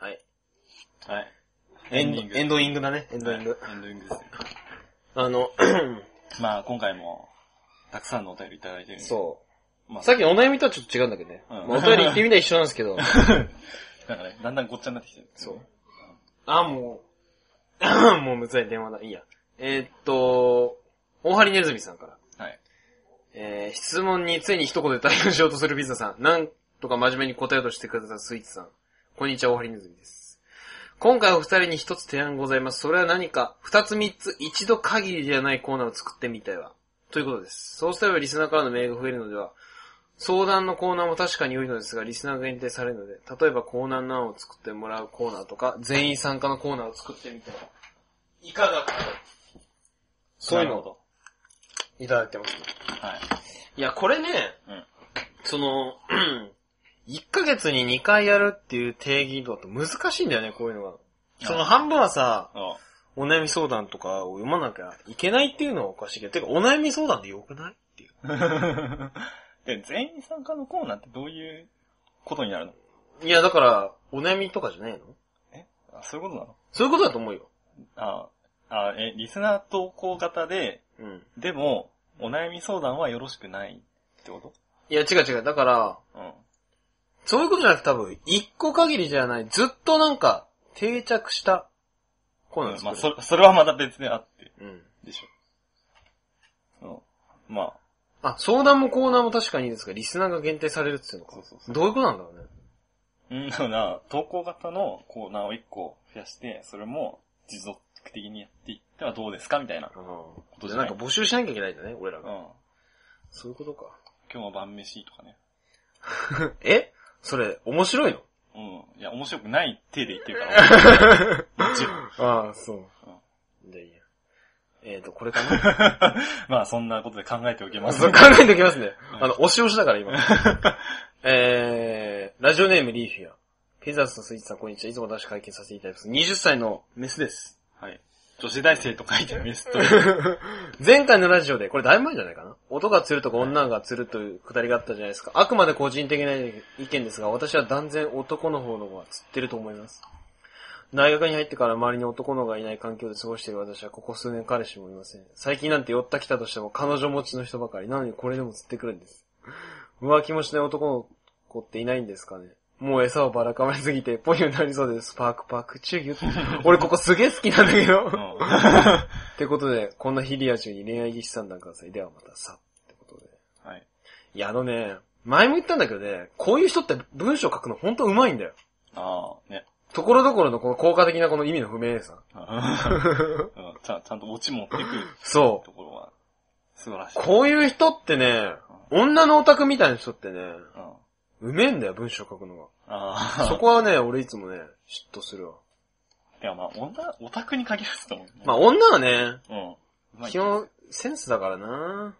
はい。 はい。 エンドイングだね、エンドイング。 エンドイングですよ。まあ今回も、たくさんのお便りいただいてるんで。 そう。まあ、さっきのお悩みとはちょっと違うんだけどね。まあ、お便り言ってみたら一緒なんですけど。 なんかね、だんだんごっちゃになってきてる。 そう。もうむずい電話だ。いいや。大張ネズミさんから。 はい。 質問についに一言で対応しようとするピザさん。なんとか真面目に答えようとしてくださるスイーツさん。こんにちは、大張ネズミです。今回お二人に一つ提案ございます。それは何か、二つ三つ一度限りじゃないコーナーを作ってみたいわ。ということです。そうすればリスナーからのメールが増えるのでは、相談のコーナーも確かに良いのですが、リスナーが限定されるので、例えばコーナーの案を作ってもらうコーナーとか、全員参加のコーナーを作ってみたい。いかがかと。そういうのをいただいてます、ね。 はい。 いや、これね、1ヶ月に2回やるっていう定義だと難しいんだよね、こういうのが。その半分はさ、お悩み相談とかを読まなきゃいけないっていうのはおかしいけど、てかお悩み相談でよくないっていう。 で、全員参加のコーナーってどういうことになるの？ いや、だから、お悩みとかじゃないの？ そういうことなの？ そういうことだと思うよ。 リスナー投稿型で、でも、お悩み相談はよろしくないってこと？ いや、違う。だから、そういうことじゃなくて多分、一個限りじゃない、ずっとなんか、定着したコーナーです。 まあ、それはまた別であって。でしょ。まあ。相談もコーナーも確かにいいですが、リスナーが限定されるっていうのか。そう。どういうことなんだろうね。 だから、投稿型のコーナーを一個増やして、それも持続的にやっていってはどうですかみたいなことじゃない。 なんか募集しなきゃいけないんだね、俺らが。そういうことか。 今日も晩飯とかね。 それ、面白いの？ いや、面白くない手で言ってるから。もちろん。 そう。じゃあいいや。これかなまあ、そんなことで考えておきます。 考えておきますね。押しだから今。ラジオネームリーフィア。ピザスとスイーツさんこんにちは。いつも私会見させていただきます。20歳のメスです。 はい。女子大生と書いてメスと。 前回のラジオで、これだいぶ前じゃないかな。音が釣るとか女が釣るというくだりがあったじゃないですか。あくまで個人的な意見ですが、私は断然男の方の方が釣ってると思います。大学に入ってから周りに男の子がいない環境で過ごしている私はここ数年彼氏もいません。最近なんて寄った来たとしても彼女持ちの人ばかり。なのにこれでも釣ってくるんです。浮気もしない男の子っていないんですかね。もう餌をばらかまりすぎてポニョになりそうです。パークチューギュッ。俺ここすげえ好きなんだけど。ってことで、こんなヒリア中に恋愛技師さんなんください。ではまたさ。ってことで。 はい。 いや前も言ったんだけどね、こういう人って文章書くのほんと上手いんだよ。 ね。 ところどころのこの効果的なこの意味の不明さ。 ちゃんとオチ持ってくる。 そう。 ところは素晴らしい。 こういう人ってね、女のオタクみたいな人ってね、うめえんだよ、文章書くのが。そこはね、俺いつもね、嫉妬するわ。 いや、まあ、オタクに限らずと思う。 まあ、女はね、基本、センスだからな。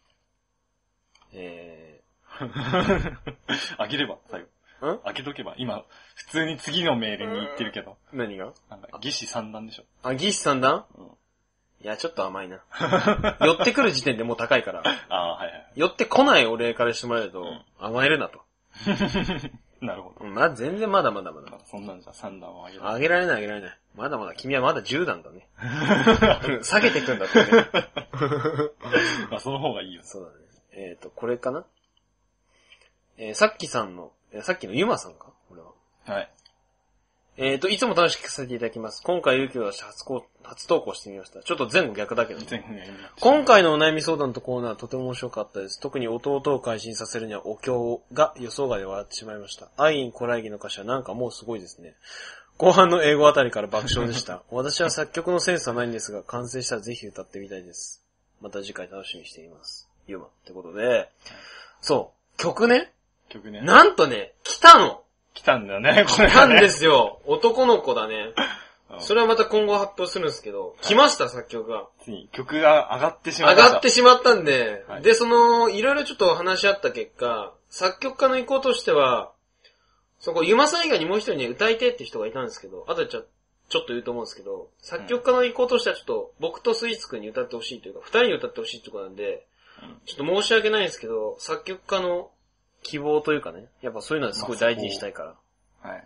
あげれば、最後。あげとけば。今、普通に次のメールに言ってるけど。 何が？ なんか、義士三段でしょ。 義士三段？いや、ちょっと甘いな。寄ってくる時点でもう高いから。 はいはい。 寄ってこないお礼からしてもらえると、甘えるなと。 なるほど。 全然まだ。 そんなんじゃ3段はあげられない。まだまだ、君はまだ10段だね。下げてくんだってね。 まあ、その方がいいよ。 そうだね。これかな？さっきのゆまさんか？これは。 はい。 いつも楽しく聞かせていただきます。今回勇気を出して初投稿してみました。ちょっと前後逆だけど、今回のお悩み相談とコーナーはとても面白かったです。特に弟を改心させるにはお経が予想外で笑ってしまいました。アインコライギの歌詞はなんかもうすごいですね。後半の英語あたりから爆笑でした。私は作曲のセンスはないんですが、完成したらぜひ歌ってみたいです。また次回楽しみにしています。ゆま。ってことで、そう、曲ね。なんとね、来たんだよね、これ、ね。来たんですよ。男の子だね。それはまた今後発表するんですけど、来ました、作曲が。 曲が上がってしまったんで、で、いろいろちょっと話し合った結果、作曲家の意向としては、ゆまさん以外にもう一人ね、歌い手って人がいたんですけど、あとでちょっと言うと思うんですけど、作曲家の意向としてはちょっと、僕とスイーツくんに歌ってほしいというか、二人に歌ってほしいってことなんで、ちょっと申し訳ないんですけど、作曲家の希望というかね、やっぱそういうのはすごい大事にしたいから。 はい。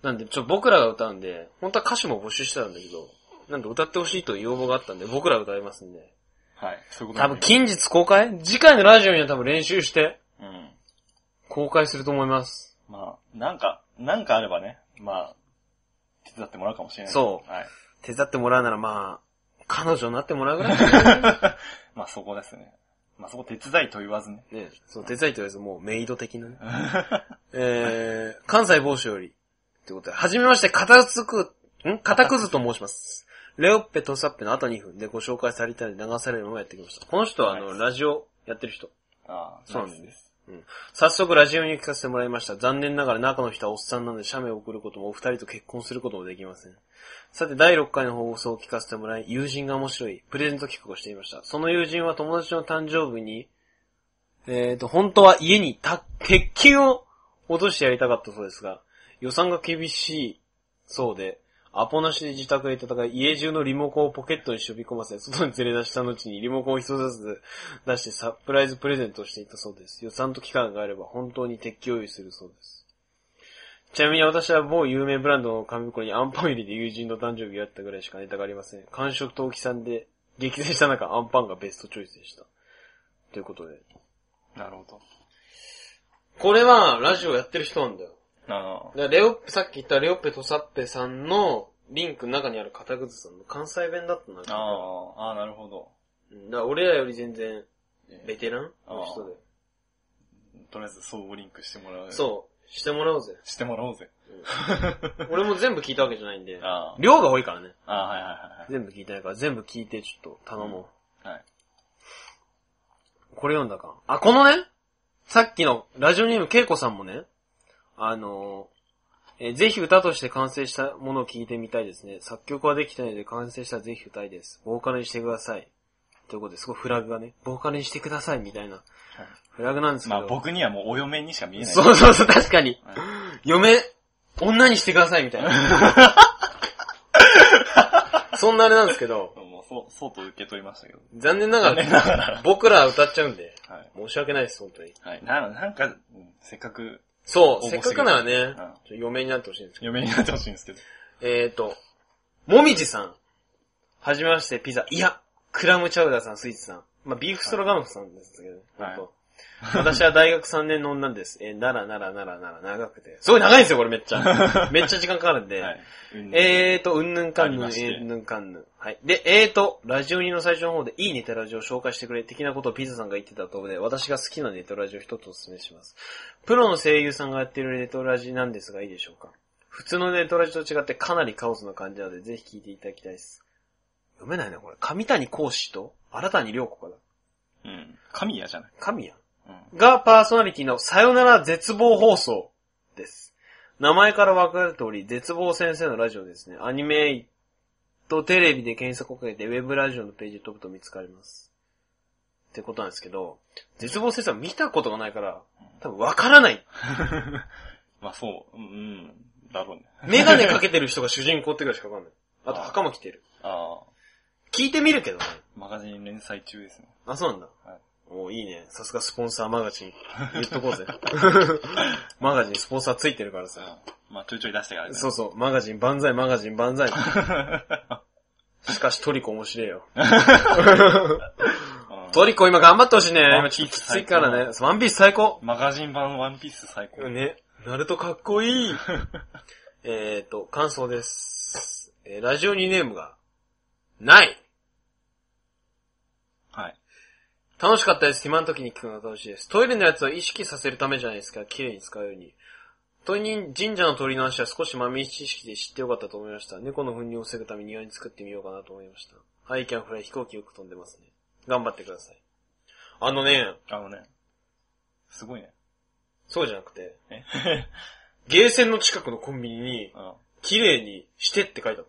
なんで、僕らが歌うんで、本当は歌手も募集してたんだけど、なんで歌ってほしいという要望があったんで、僕ら歌いますんで。 はい。そういうこと多分近日公開？次回のラジオには多分練習して、 うん。 公開すると思います。 まあ、なんかあればね、まあ、手伝ってもらうかもしれない。 そう。 はい。 手伝ってもらうならまあ、彼女になってもらうぐらい、 まあそこですね。まあそこ手伝いと言わずね。 ね、そう、手伝いと言わずもうメイド的なね。関西某所より。ということで、はじめまして、カタクズと申します。レオッペとサッペの後2分でご紹介されたので流されるままやってきました。この人はラジオやってる人。 ああ、そうなんです。 うん。早速ラジオに聞かせてもらいました。残念ながら中の人はおっさんなので写メを送ることもお二人と結婚することもできません。さて第6回の放送を聞かせてもらい、友人が面白いプレゼント企画をしていました。その友人は友達の誕生日に、本当は家に鉄球を落としてやりたかったそうですが、予算が厳しいそうで、アポなしで自宅へ戦い、家中のリモコンをポケットに忍び込ませ、外に連れ出した後にリモコンを一つずつ出してサプライズプレゼントをしていたそうです。予算と期間があれば本当に鉄球を用意するそうです。ちなみに私は某有名ブランドの紙袋にアンパン入りで友人の誕生日をやったぐらいしかネタがありません。感触と大きさんで激戦した中、アンパンがベストチョイスでした。ということで。 なるほど。 これはラジオやってる人なんだよ。 ああ。さっき言ったレオッペとサッペさんのリンクの中にある片靴さんの関西弁だったんだけど。 ああ、なるほど。 だから俺らより全然ベテランの人で。 とりあえず相互リンクしてもらう。 そう。してもらおうぜ。 してもらおうぜ。 うん、俺も全部聞いたわけじゃないんで。 あ量が多いからね。 ああ、はいはいはい。 全部聞いてないから全部聞いてちょっと頼もう。 はい。 これ読んだか。あ、このね、さっきのラジオネームケイコさんもね、ぜひ歌として完成したものを聞いてみたいですね。作曲はできたので完成したらぜひ歌いです。ボーカルにしてください。ということで、すごいフラグがね、ボーカルにしてくださいみたいな、フラグなんですけど。 まあ僕にはもうお嫁にしか見えない。 そうそうそう、確かに。女にしてくださいみたいな。そんなあれなんですけど。 もうそうと受け取りましたけど。 残念ながら、僕ら歌っちゃうんで、はい、申し訳ないです、本当に。 はい。なんか、せっかく。 そう、せっかくならね、嫁になってほしいんですけど。 嫁になってほしいんですけど。 もみじさん。はじめまして、ピザ。いや、クラムチャウダーさん、スイーツさん。まあ、ビーフストロガノフさんですけどね。はい、私は大学3年の女です。長くて。すごい長いんですよ、これめっちゃ。めっちゃ時間かかるんで。はい、うんぬんかんぬん、ぬんかんぬん。はい。で、ラジオ2の最初の方でいいネタラジオを紹介してくれ的なことをピザさんが言ってたところで、私が好きなネタラジオを一つお勧めします。プロの声優さんがやってるネタラジなんですがいいでしょうか。普通のネタラジと違ってかなりカオスな感じなので、ぜひ聞いていただきたいです。読めないな、これ。上谷講師と新谷涼子かな。 うん。神谷じゃない。 神谷がパーソナリティのさよなら絶望放送です。名前から分かる通り、絶望先生のラジオですね。アニメとテレビで検索をかけて、ウェブラジオのページ飛ぶと見つかります。ってことなんですけど、絶望先生は見たことがないから、多分分からない。 まあそう、だろうね。 メガネかけてる人が主人公ってぐらいしか分かんない。あと袴着てる。聞いてみるけどね。 マガジン連載中ですね。 あ、そうなんだ。はい。おいいね。さすがスポンサーマガジン。言っとこうぜ。マガジンスポンサーついてるからさ。 まあちょいちょい出してからね。 そうそう。マガジン万歳、マガジン万歳。しかしトリコ面白いよ。トリコ今頑張ってほしいね。今きついからね。ワンピース最高。 マガジン版ワンピース最高。 ね。ナルトかっこいい。感想です。ラジオ2ネームが、ない。 はい。 楽しかったです。暇の時に聞くのが楽しいです。トイレのやつは意識させるためじゃないですか。綺麗に使うように。神社の鳥の足は少し豆知識で知ってよかったと思いました。猫の糞尿を防ぐために庭に作ってみようかなと思いました。ハイキャンフライ飛行機よく飛んでますね。頑張ってください。 すごいね。 そうじゃなくて、ゲーセンの近くのコンビニに、綺麗にしてって書いてあった。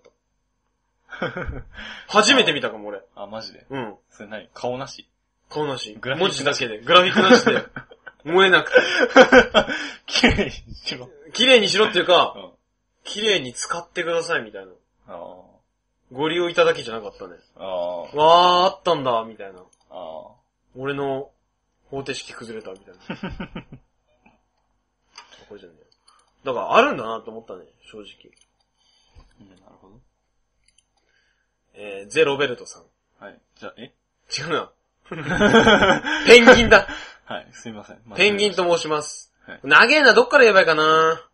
初めて見たかも俺。 あ、マジで？ うん。 それ何？顔なし？ 顔なし。文字だけで。グラフィックなしで。燃えなくて。 綺麗にしろ。 綺麗にしろっていうか、綺麗に使ってくださいみたいな。ご利用いただきじゃなかったね。わー、あったんだ、みたいな。俺の方程式崩れた、みたいな。これじゃねだからあるんだなと思ったね、正直。 なるほど。 ゼロベルトさん。 はい。じゃあ、違うな。ペンギンだ。 はい、すいません。 ペンギンと申します。 はい、 長えな、どっから言えばいいかな。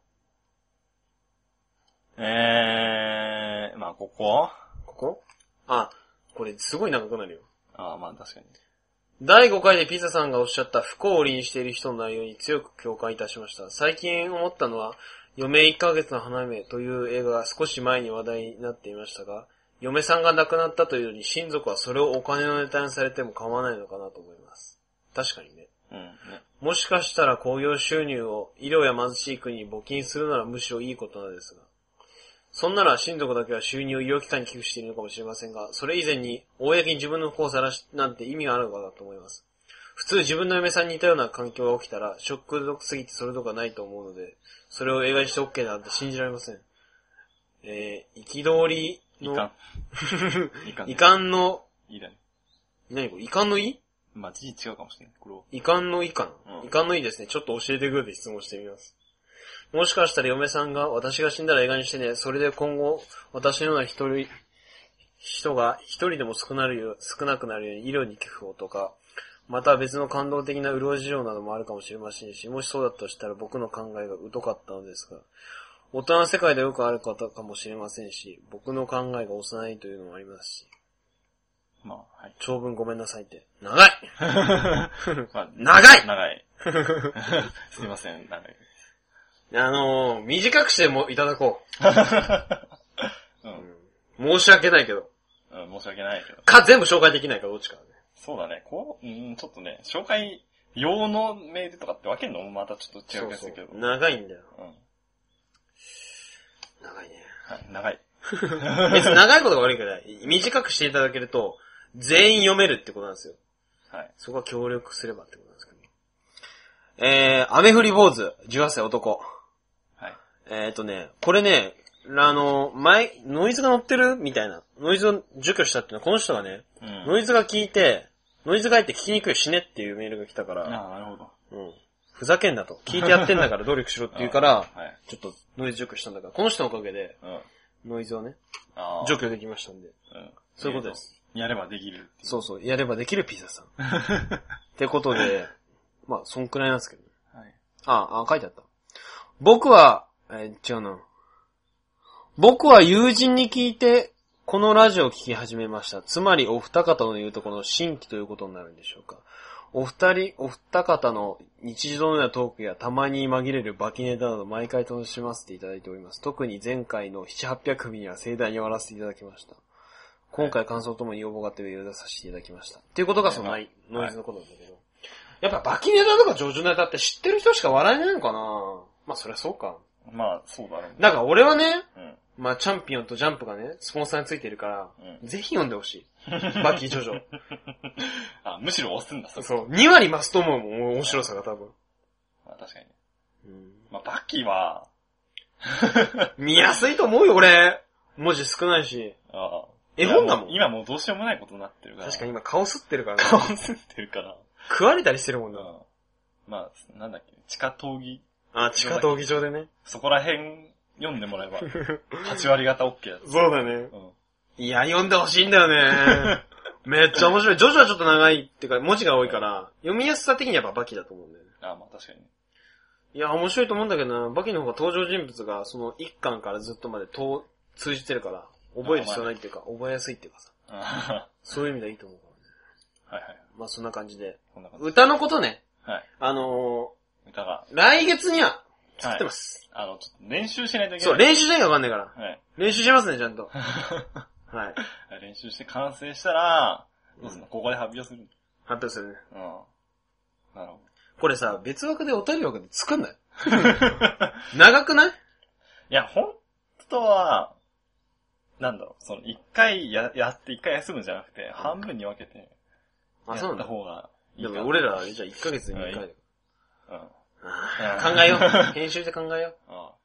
まあ、ここあ、これすごい長くなるよ。 ああ、まあ確かに。 第5回でピザさんがおっしゃった不幸を売りにしている人の内容に強く共感いたしました。最近思ったのは、余命1ヶ月の花嫁という映画が少し前に話題になっていましたが、嫁さんが亡くなったというより親族はそれをお金のネタにされても構わないのかなと思います。確かにね。 ね。 もしかしたら興行収入を医療や貧しい国に募金するならむしろいいことなのですが。そんなら親族だけは収入を医療機関に寄付しているのかもしれませんが、それ以前に公に自分の不幸を晒すなんて意味があるのかなと思います。普通自分の嫁さんに似たような環境が起きたら、ショック毒すぎてそれとかないと思うので、それを映画にして OK なんて信じられません。憤りの、遺憾の、 いいだね。 何これ遺憾の意？ まあ、字違うかもしれない。これを。 遺憾の意かな、遺憾の意ですね。ちょっと教えてくれて質問してみます。もしかしたら嫁さんが私が死んだら映画にしてね、それで今後私のような人が一人でも少なくなるように医療に寄付をとか、または別の感動的な潤い事情などもあるかもしれませんし、もしそうだとしたら僕の考えが疎かったのですが、大人の世界でよくある方かもしれませんし、僕の考えが幼いというのもありますし。 まあ、はい。 長文ごめんなさいって。長いまあ、 長い長い。すいません、長い。 短くしてもいただこう。申し訳ないけど。 申し訳ないけど。 全部紹介できないかどっちかね。 そうだね。ちょっとね、紹介用のメールとかって分けるのもまたちょっと違う気がするけど。 そう長いんだよ。長いね。 はい、長い。 別に長いことが悪いけど、短くしていただけると、全員読めるってことなんですよ。 はい。 そこは協力すればってことなんですけど。雨降り坊主、18歳男。 はい。 これね、ノイズが乗ってるみたいな。ノイズを除去したっていうのは、この人がね、ノイズが聞いて、ノイズが入って聞きにくい死ねっていうメールが来たから。 ああ、なるほど。 ふざけんなと。聞いてやってんだから努力しろって言うから、ちょっとノイズ除去したんだから、この人のおかげで、ノイズをね、除去できましたんで。そういうことです。 やればできる。 そうそう、やればできるピザさん。ってことで、まあ、そんくらいなんですけどね。書いてあった。僕は、違うな。僕は友人に聞いて、このラジオを聞き始めました。つまりお二方の言うとこの新規ということになるんでしょうか。お二方の日常のようなトークやたまに紛れるバキネタなど毎回楽しませていただいております。特に前回の7、800組には盛大に終わらせていただきました。今回感想ともに要望があって上を出させていただきました。っていうことがそのノイズのことなんだけど。やっぱバキネタとかジョジョネタって知ってる人しか笑えないのかな。まあそりゃそうか。 まあそうだね。 だから俺はね、まあチャンピオンとジャンプがね、スポンサーについてるから、ぜひ読んでほしい。バキジョジョ。 むしろ押すんだ、 そう。2割増すと思うもん、面白さが多分。 まあ確かにね。まあバキは、 見やすいと思うよ、俺。文字少ないし。絵本だもん。 今もうどうしようもないことになってるから。 確かに今顔吸ってるからね。 顔吸ってるから。 食われたりしてるもんな。 まあ、なんだっけ、地下闘技。 地下闘技場でね。 そこら辺読んでもらえば、8割方 OK だ。 そうだね。いや、読んでほしいんだよね。めっちゃ面白い。ジョジョはちょっと長いっていうか、文字が多いから、読みやすさ的にやっぱバキだと思うんだよね。 まあ確かに。 いや、面白いと思うんだけどな、バキの方が登場人物が、その一巻からずっとまで通じてるから、覚える必要ないっていうか、覚えやすいっていうかさ。そういう意味ではいいと思うからね。はい。まあそんな感じで。歌のことね。 はい。歌が。 来月には、作ってます。 ちょっと練習しないといけない。 そう、練習しなきゃわかんないから。 はい。 練習しますね、ちゃんと。はい。 練習して完成したら、ここで発表する。 発表するね。 なるほど。 これさ、別枠でお便り枠で作んない長くない？いや、本当は、なんだろう、一回やって一回休むんじゃなくて、半分に分けて、やった方がいいかな。 でも俺ら、じゃあ1ヶ月に1回だ。考えよう。編集で考えよう。